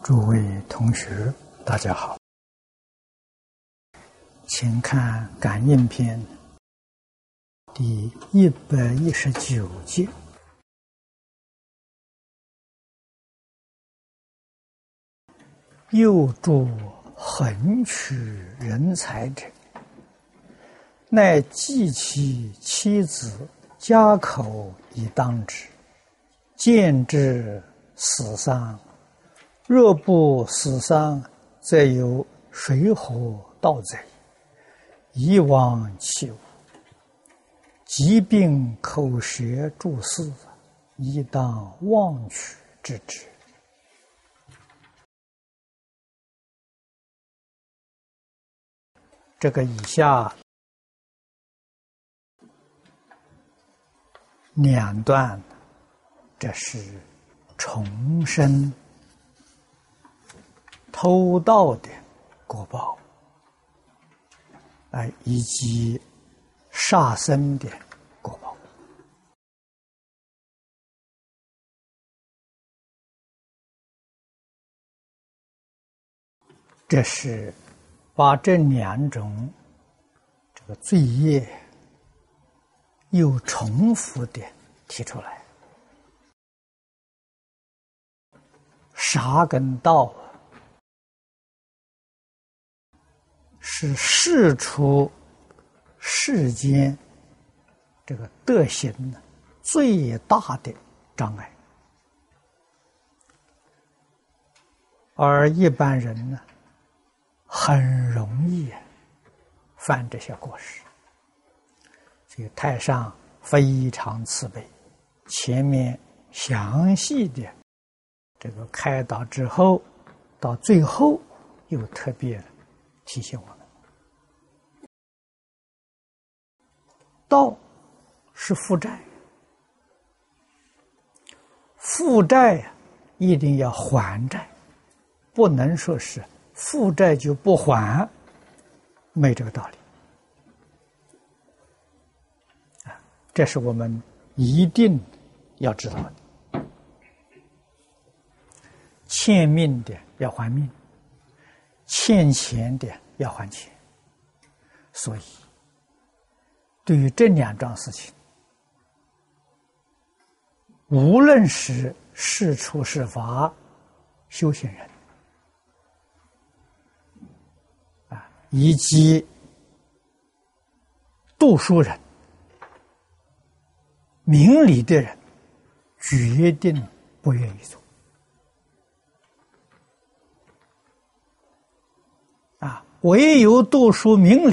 诸位同学，大家好，请看《感应篇》第119节。又诸横取人才者，乃计其妻子家口以当之，见之死丧。若不死丧，则有水火盗贼，以亡其物。疾病口舌诸事，宜当忘取之之。这个以下两段，这是重申偷盗的果报，以及杀生的果报。这是把这两种这个罪业又重复的提出来。杀跟盗是世出世间这个德行最大的障碍，而一般人呢，很容易犯这些过失。所以太上非常慈悲，前面详细的这个开导之后，到最后又特别提醒我们。盗是负债，负债一定要还债，不能说是负债就不还，没这个道理。这是我们一定要知道的。欠命的要还命，欠钱的要还钱。所以对于这两桩事情，无论是世出世法修行人以及读书人、明理的人，决定不愿意做。唯有读书明理，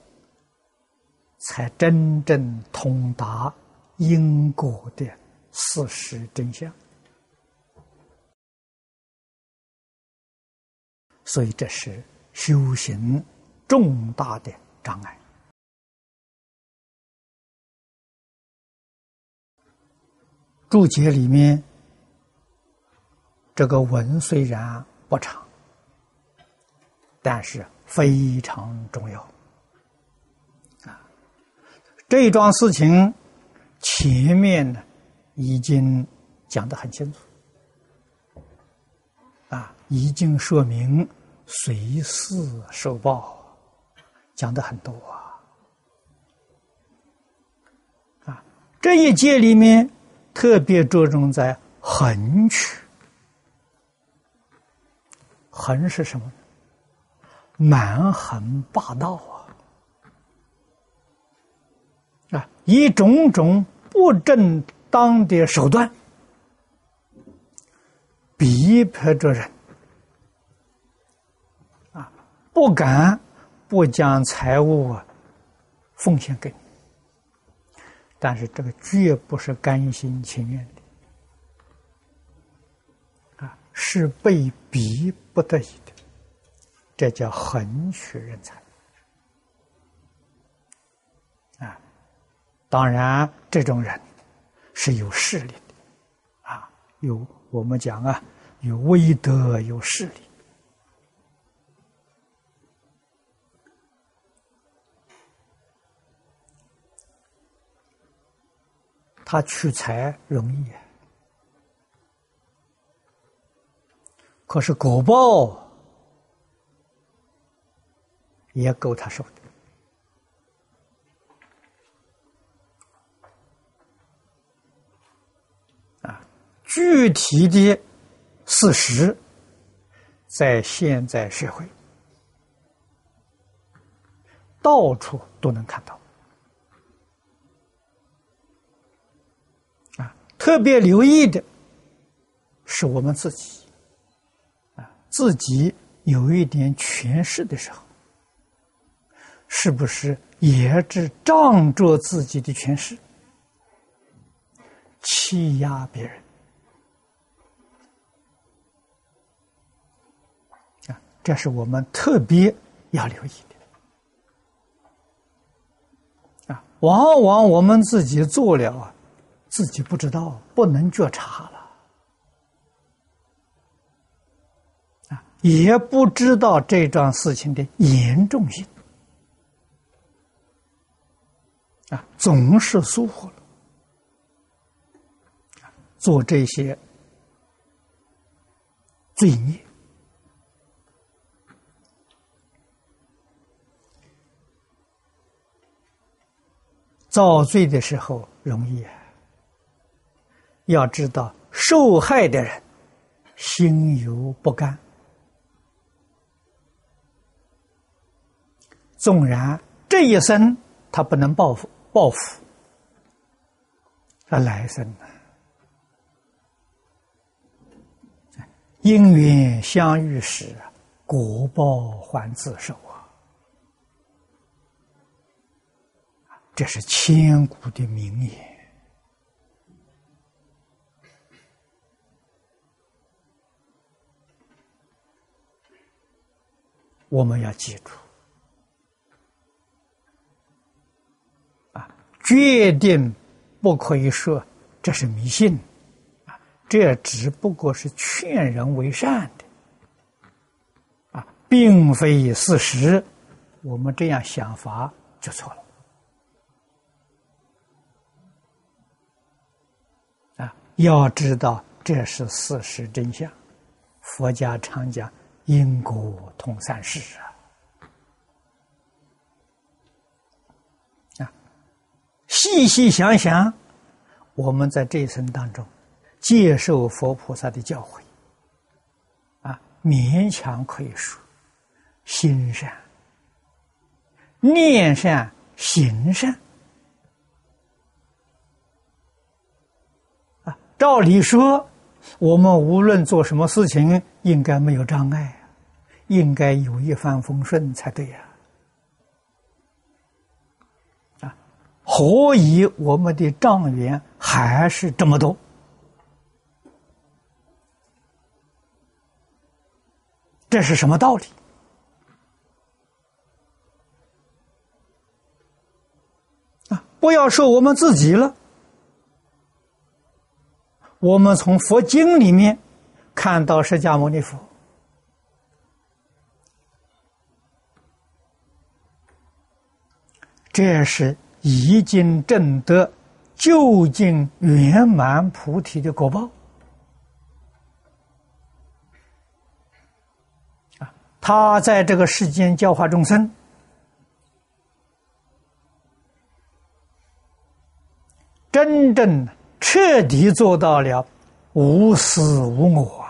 才真正通达因果的事实真相。所以这是修行重大的障碍。注解里面这个文虽然不长，但是非常重要。这一桩事情前面呢已经讲得很清楚，已经说明随事受报，讲得很多这一节里面特别着重在横取。横是什么？蛮横霸道以种种不正当的手段逼迫着人不敢不将财物奉献给你，但是这个绝不是甘心情愿的是被逼不得已的，这叫横取人才当然这种人是有势力的有我们讲有威德有势力。他取财容易， 可是果报也够他受的。具体的事实在现在社会到处都能看到。特别留意的是我们自己，自己有一点权势的时候，是不是也只仗着自己的权势，欺压别人？这是我们特别要留意的。往往我们自己做了自己不知道，不能觉察了，也不知道这桩事情的严重性，总是疏忽了，做这些罪孽。造罪的时候容易要知道受害的人心有不甘，纵然这一生他不能报复，来生因缘相遇时，果报还自受这是千古的名言。我们要记住决定不可以说这是迷信这只不过是劝人为善的并非事实。我们这样想法就错了要知道这是事实真相。佛家常讲因果通三世细细想想，我们在这一生当中接受佛菩萨的教诲勉强可以说心善、念善、行善照理说我们无论做什么事情应该没有障碍应该有一帆风顺才对何以我们的障缘还是这么多？这是什么道理？不要说我们自己了，我们从佛经里面看到释迦牟尼佛这是已经证得究竟圆满菩提的果报他在这个世间教化众生，真正彻底做到了无私无我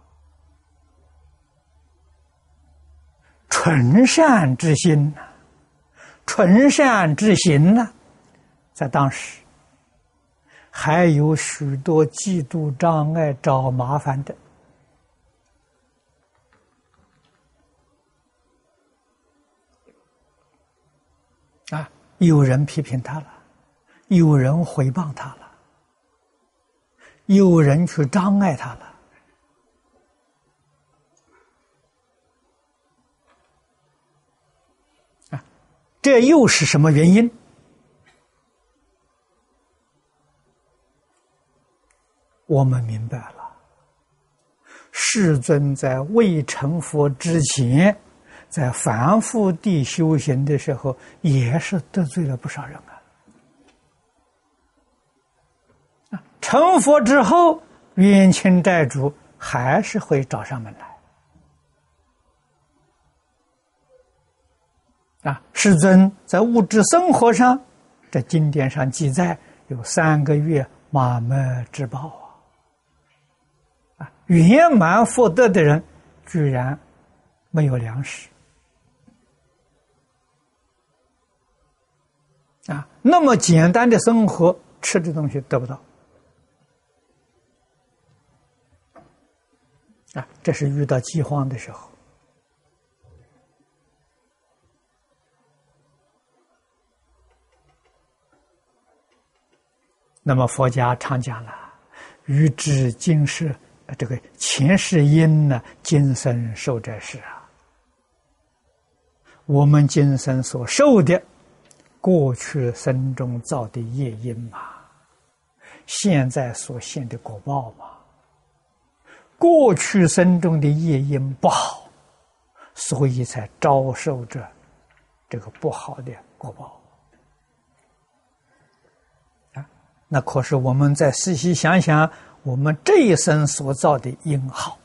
纯善之心纯善之行在当时还有许多嫉妒障碍找麻烦的有人批评他了，有人诽谤他了，有人去障碍他了这又是什么原因？我们明白了，世尊在未成佛之前，在凡夫地修行的时候，也是得罪了不少人成佛之后，冤亲债主还是会找上门来世尊在物质生活上，这经典上记载有3个月麻麦之宝圆满福德的人居然没有粮食那么简单的生活，吃的东西得不到这是遇到饥荒的时候。那么佛家常讲了，欲知今世这个前世因呢，今生受者是我们今生所受的过去生中造的业因嘛，现在所现的果报嘛。过去生中的业因不好，所以才遭受着这个不好的果报那可是我们再细细想想，我们这一生所造的因好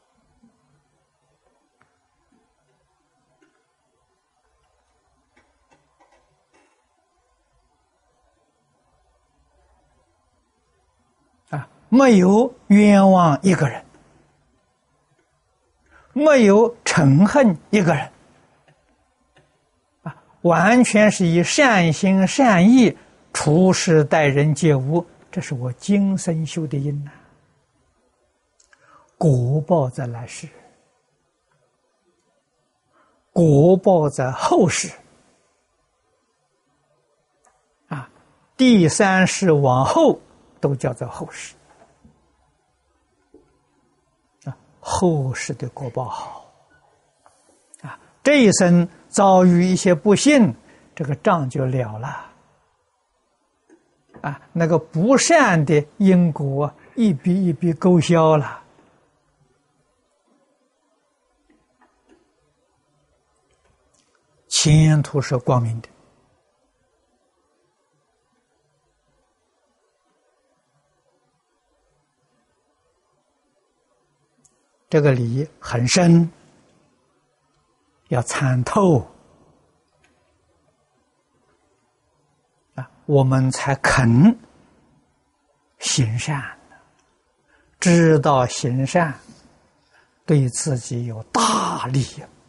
没有冤枉一个人，没有嗔恨一个人完全是以善心善意处事待人接物，这是我今生修的因果报在来世，果报在后世第3世往后都叫做后世后世的果报好这一生遭遇一些不幸，这个账就了了那个不善的因果一笔一笔勾销了前途是光明的这个理很深，要参透我们才肯行善，知道行善对自己有大利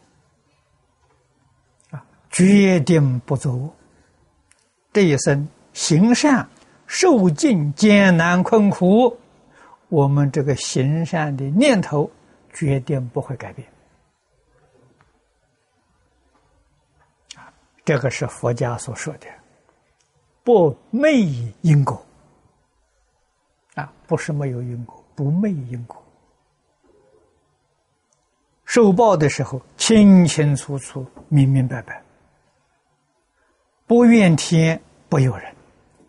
决定不走这一生行善，受尽艰难困苦，我们这个行善的念头决定不会改变这个是佛家所说的不昧因果不是没有因果，不昧因果。受报的时候清清楚楚明明白白，不怨天不尤人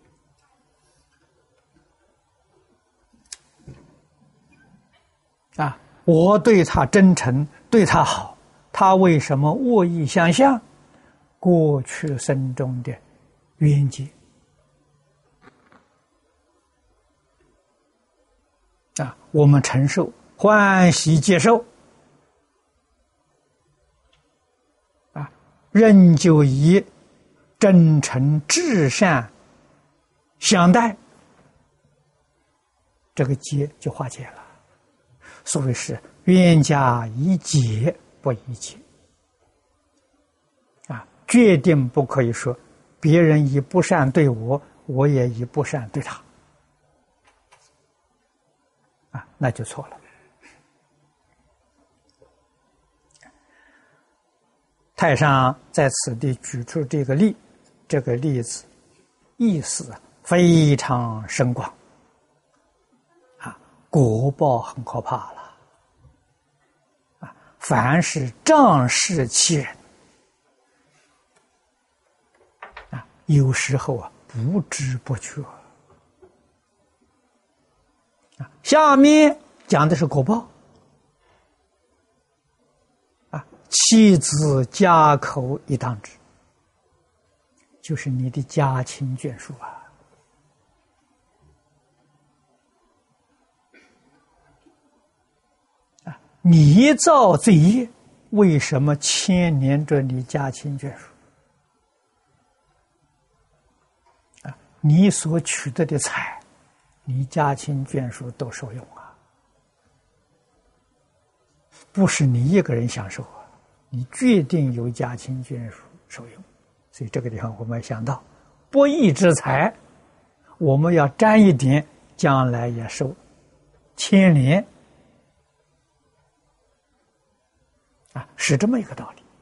我对他真诚，对他好，他为什么恶意相向？过去生中的冤结我们承受，欢喜接受仍旧以真诚至善相待，这个结就化解了。所谓是冤家宜解不宜结决定不可以说别人以不善对我，我也以不善对他那就错了。太上在此地举出这个例子意思非常深广果报很可怕了凡是仗势欺人有时候不知不觉下面讲的是果报妻子家口一当知，就是你的家亲眷属你造罪业，为什么牵连着你家亲眷属你所取得的财，你家亲眷属都受用啊，不是你一个人享受啊，你决定有家亲眷属受用。所以这个地方我们要想到，不义之财，我们要沾一点，将来也受牵连啊，是这么一个道理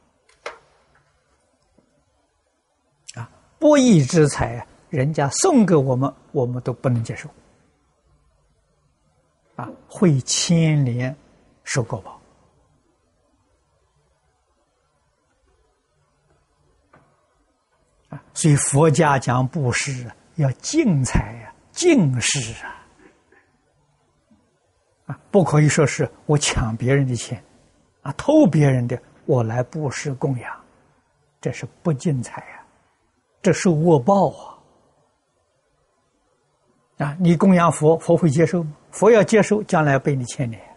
啊。不义之财啊，人家送给我们，我们都不能接受啊，会牵连受果报啊。所以佛家讲布施要净财呀，净施啊，不可以说是我抢别人的钱啊，偷别人的，我来布施供养，这是不净财啊，这是恶报啊！你供养佛，佛会接受吗？佛要接受，将来被你牵连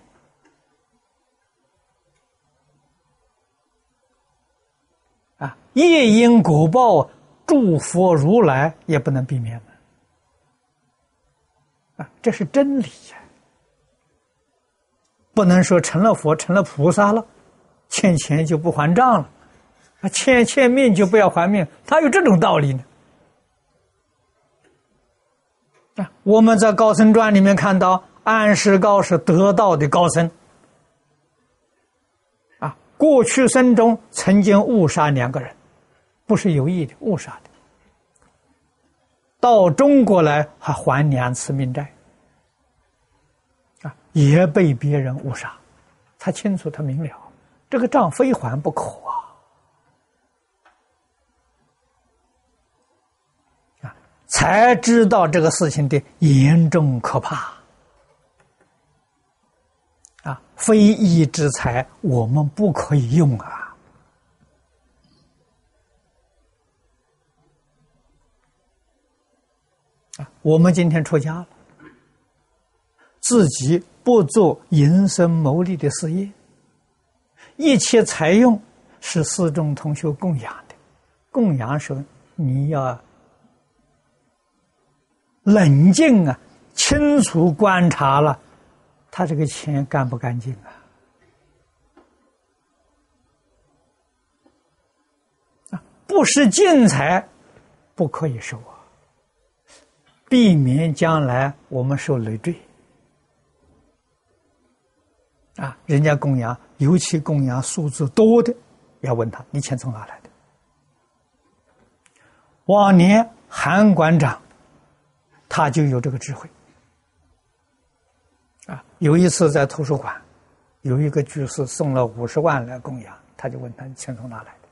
啊！业因果报，诸佛如来也不能避免的啊！这是真理呀！不能说成了佛、成了菩萨了，欠钱就不还账了，啊，欠命就不要还命，哪有这种道理呢？啊，我们在《高僧传》里面看到，安世高是得道的高僧，啊，过去生中曾经误杀2个人，不是有意的，误杀的，到中国来还还2次命债。啊，也被别人误杀，他清楚，他明了，这个账非还不可啊！才知道这个事情的严重可怕啊！非义之财我们不可以用啊！我们今天出家了，自己不做营生牟利的事业，一切财用是四众同学供养的，供养时你要冷静啊，清楚观察了，他这个钱干不干净啊？不是净财，不可以收啊，避免将来我们受累赘。啊，人家供养，尤其供养数字多的，要问他，你钱从哪来的？往年韩馆长他就有这个智慧啊。有一次在图书馆，有一个居士送了50万来供养，他就问他，你钱从哪来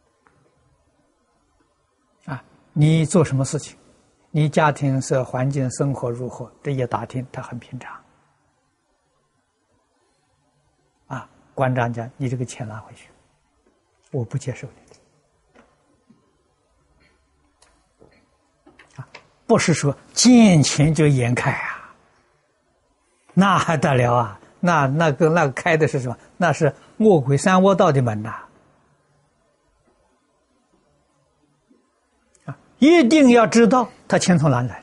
的？啊，你做什么事情？你家庭是环境生活如何？这一打听，他很平常。馆长讲，你这个钱拿回去，我不接受你的啊！不是说见钱就眼开啊，那还得了啊？那个开的是什么？那是恶鬼三窝道的门呐！啊，一定要知道他钱从哪里来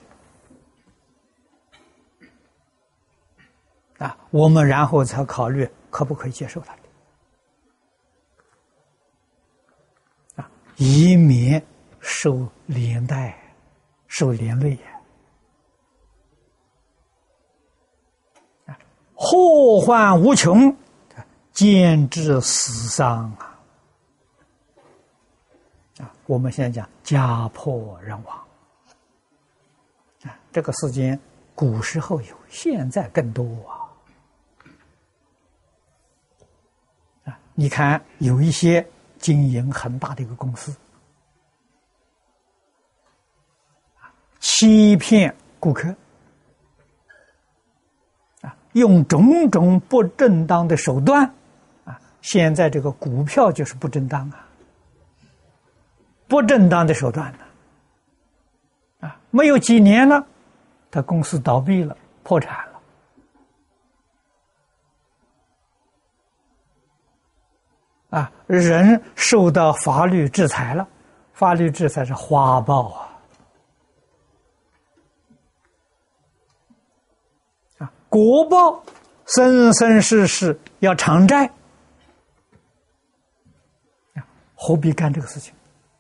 啊！我们然后才考虑可不可以接受他的啊，以免受连带、受连累啊，祸患无穷，兼致死伤啊！我们现在讲家破人亡啊，这个事件古时候有，现在更多啊。你看，有一些经营很大的一个公司，欺骗顾客，用种种不正当的手段，现在这个股票就是不正当不正当的手段没有几年了，他公司倒闭了，破产了。人受到法律制裁了，法律制裁是花报果报生生世世要偿债，何必干这个事情？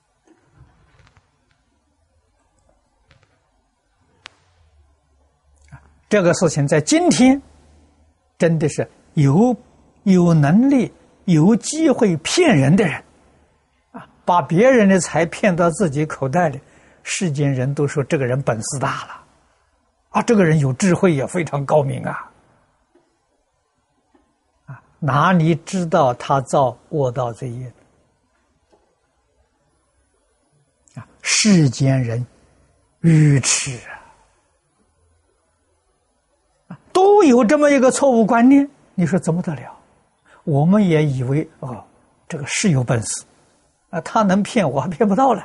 这个事情在今天真的是有能力、有机会骗人的人把别人的财骗到自己口袋里，世间人都说这个人本事大了这个人有智慧也非常高明哪里知道他造恶道罪业世间人愚痴都有这么一个错误观念，你说怎么得了？我们也以为这个是有本事他能骗我还骗不到了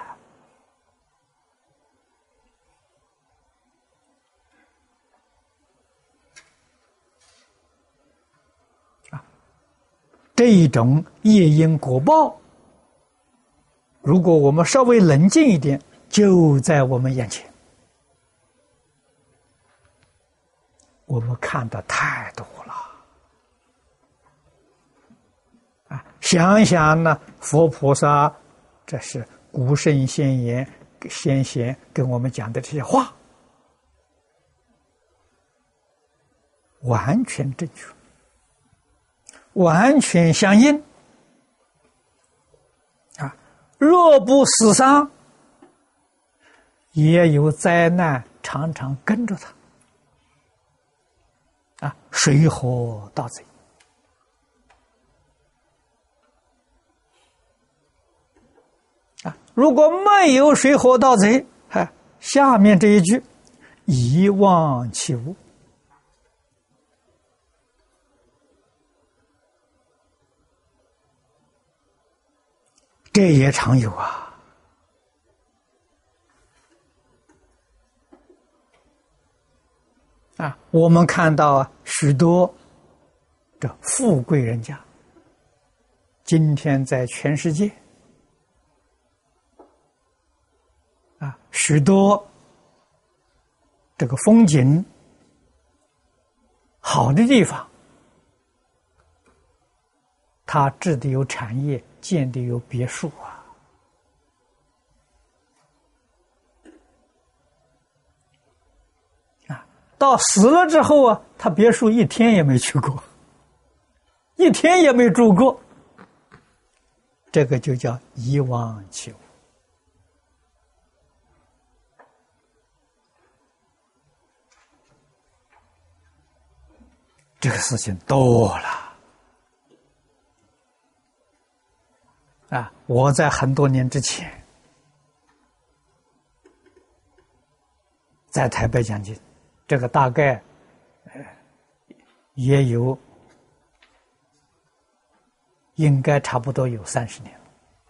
这一种业因果报，如果我们稍微冷静一点，就在我们眼前。我们看的太多了想想呢，佛菩萨这是古圣先贤跟我们讲的这些话，完全正确，完全相应若不死伤，也有灾难常常跟着他水火盗贼如果没有水火盗贼下面这一句遗忘其物，这也常有我们看到许多的富贵人家，今天在全世界许多这个风景好的地方，他置的有产业，建的有别墅到死了之后他别墅一天也没去过，一天也没住过，这个就叫遗忘其物这个事情多了我在很多年之前在台北讲经，这个大概也有应该差不多有30年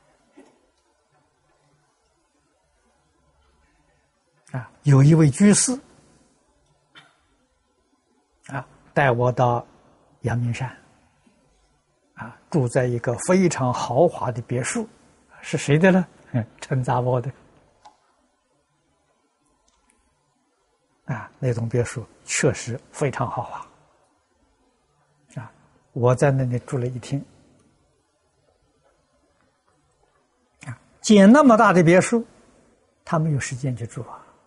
了有一位居士带我到阳明山住在一个非常豪华的别墅，是谁的呢？陈杂波的那种别墅确实非常豪华我在那里住了一天建那么大的别墅，他没有时间去住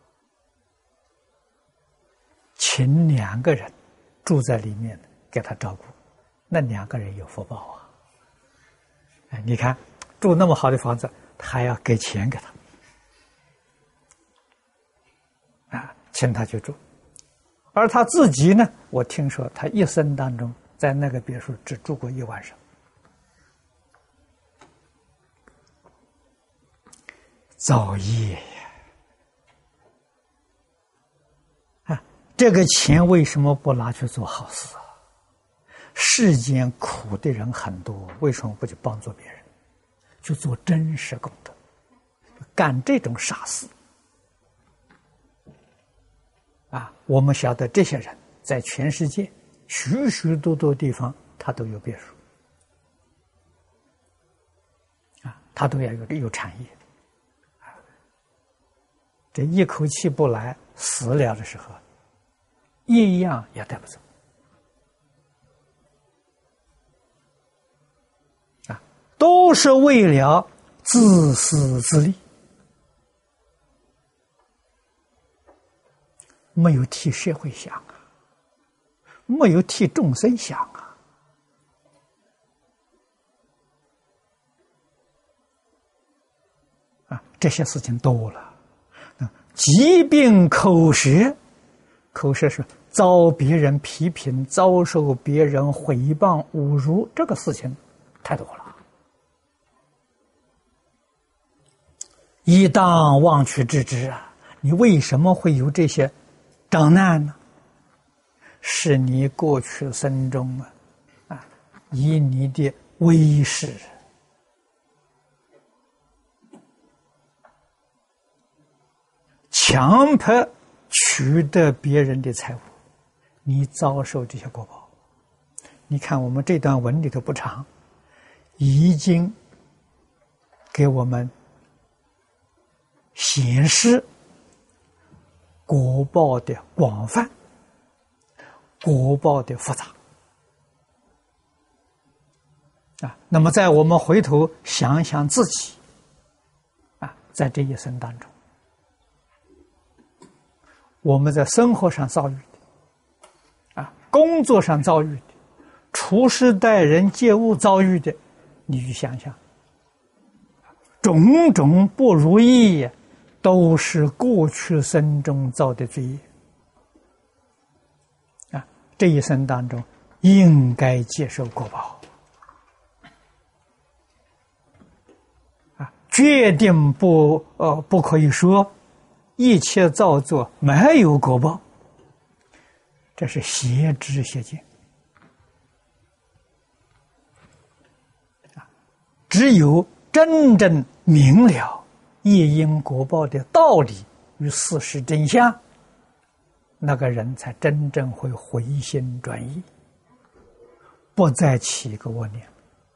请2个人住在里面给他照顾，那2个人有福报你看住那么好的房子，他还要给钱给他请他去住。而他自己呢，我听说他一生当中在那个别墅只住过1晚上。造业这个钱为什么不拿去做好事世间苦的人很多，为什么不去帮助别人，去做真实功德，干这种傻事我们晓得这些人在全世界许许多多地方他都有别墅他都要有产业这一口气不来，死了的时候一样也带不走都是为了自私自利，没有替社会想啊，没有替众生想啊！这些事情多了。疾病口舌，口舌是遭别人批评，遭受别人毁谤侮辱，这个事情太多了。一当忘去治之啊！你为什么会有这些障难呢？是你过去生中以你的威势强迫取得别人的财物，你遭受这些果报。你看我们这段文里头不长，已经给我们显示果报的广泛，果报的复杂那么在我们回头想想自己在这一生当中，我们在生活上遭遇的工作上遭遇的，处事待人接物遭遇的，你去想想，种种不如意都是过去生中造的罪业这一生当中应该接受果报决定不可以说一切造作没有果报，这是邪知邪见只有真正明了业因果报的道理与事实真相，那个人才真正会回心转意，不再起一个恶念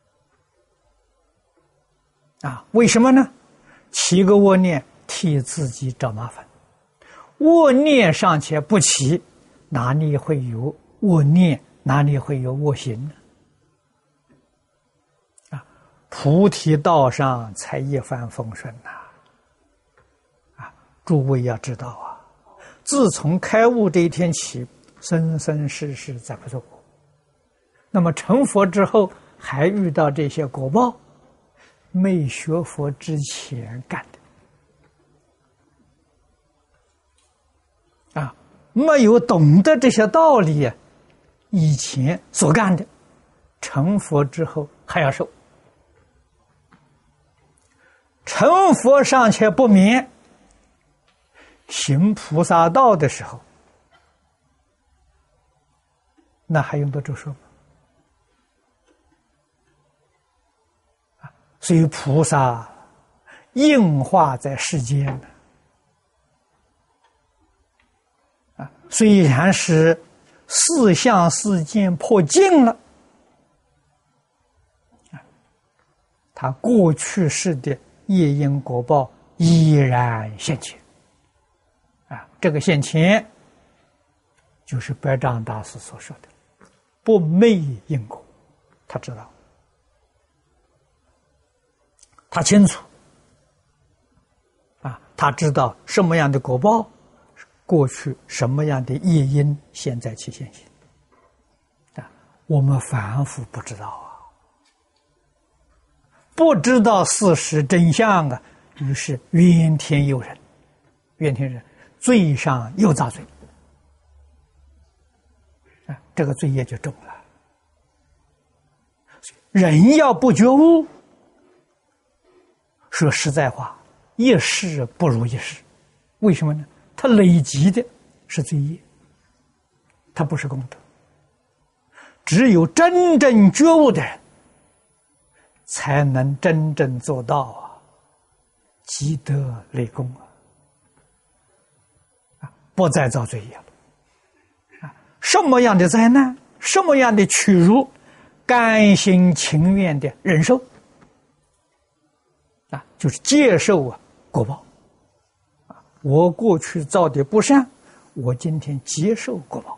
为什么呢？起一个恶念替自己找麻烦，恶念尚且不起，哪里会有恶念，哪里会有恶行呢？菩提道上才一帆风顺诸位要知道自从开悟这一天起，生生世世再不做过。那么成佛之后还遇到这些果报，没学佛之前干的没有懂得这些道理以前所干的，成佛之后还要受。成佛尚且不免，行菩萨道的时候，那还用得着说吗？所以菩萨应化在世间虽然是四相四见破尽了他过去世的业因果报依然现前这个现前就是白丈大师所说的不昧因果，他知道，他清楚他知道什么样的果报，过去什么样的业因，现在起现行我们凡夫不知道不知道事实真相于是怨天尤人，怨天人罪上又造罪这个罪业就重了。人要不觉悟，说实在话，一事不如一事。为什么呢？他累积的是罪业，他不是功德。只有真正觉悟的人，才能真正做到积德累功不再造罪业了什么样的灾难，什么样的屈辱，甘心情愿的忍受就是接受果报我过去造的不善，我今天接受果报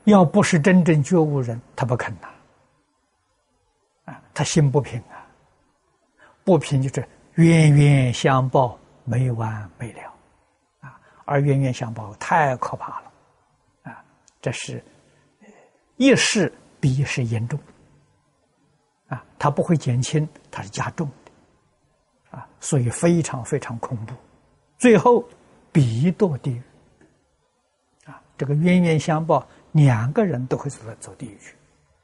要不是真正觉悟人，他不肯呐。他心不平啊，不平就是冤冤相报，没完没了啊！而冤冤相报太可怕了啊！这是一事比一事严重啊，它不会减轻，它是加重的啊，所以非常非常恐怖，最后必堕地狱啊！这个冤冤相报，两个人都会走地狱去。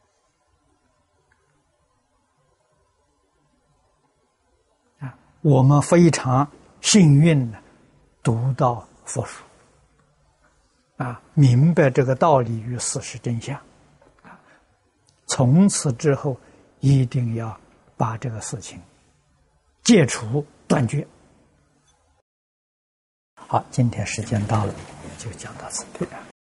我们非常幸运的读到佛书啊，明白这个道理与事实真相啊，从此之后一定要把这个事情戒除断绝。好，今天时间到了，就讲到此地。